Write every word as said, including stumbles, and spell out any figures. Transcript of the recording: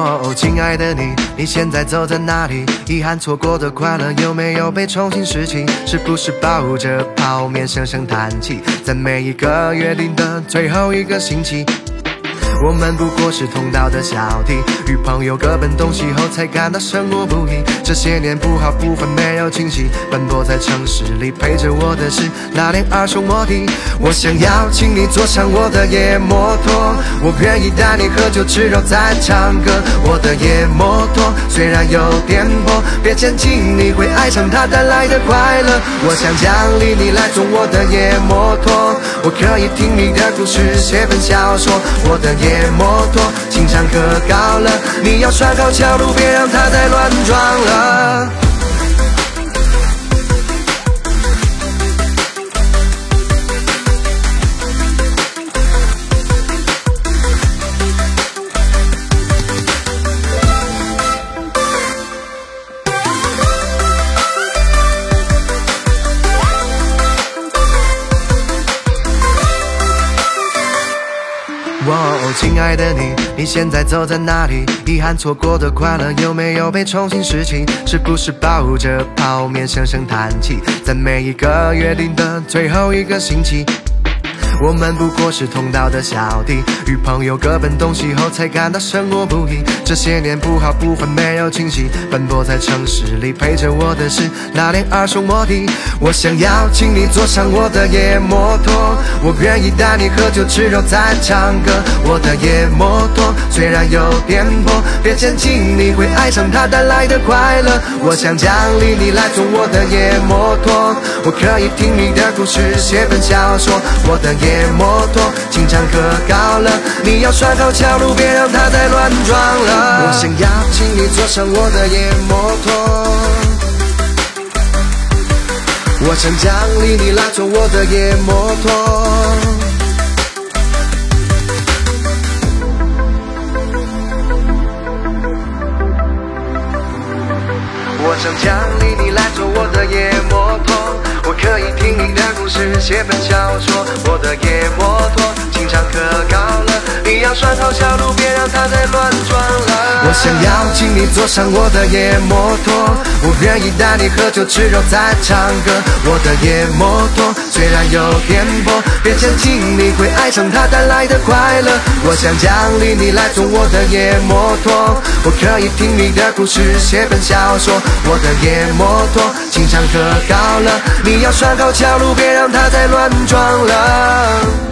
哦，亲爱的你，你现在走在哪里？遗憾错过的快乐有没有被重新拾起？是不是抱着泡面声声叹气？在每一个约定的最后一个星期，我们不过是同道的小弟，与朋友各奔东西后才感到生活不易。这些年不好不坏没有惊喜，奔波在城市里，陪着我的是那辆二手摩的。我想要请你坐上我的野摩托，我愿意带你喝酒吃肉再唱歌。我的野摩托虽然有颠簸，别嫌弃，你会爱上它带来的快乐。我想奖励你来坐我的野摩托，我可以听你的故事写本小说。我的野摩托情商可高了，你要拴好桥路，别让它再乱撞了。哦，亲爱的你，你现在走在哪里？遗憾错过的快乐有没有被重新拾起？是不是抱着泡面声声叹气？在每一个约定的最后一个星期，我们不过是同道的小弟，与朋友各奔东西后才感到生活不易。这些年不好不坏没有惊喜，奔波在城市里，陪着我的是那辆二手摩的。我想要请你坐上我的野摩托，我愿意带你喝酒吃肉再唱歌。我的野摩托虽然有颠簸，别嫌弃，你会爱上它带来的快乐。我想奖励你来坐我的野摩托，我可以听你的故事写本小说。我的野摩托情商可高了，你要拴好桥路，别让它再乱撞了。我想要请你坐上我的野摩托，我想奖励你来坐我的野摩托。我想奖励你来坐我的野摩托，我可以听你的故事写本小说。我的野摩托情商可高了，你要拴好小路，别让它再乱撞了。我想要请你坐上我的野摩托，我愿意带你喝酒吃肉再唱歌。我的野摩托虽然有颠簸，别嫌弃，你会爱上它带来的快乐。我想奖励你来坐我的野摩托，我可以听你的故事写本小说。我的野摩托情商可高了，你要拴好桥路，别让它再乱撞了。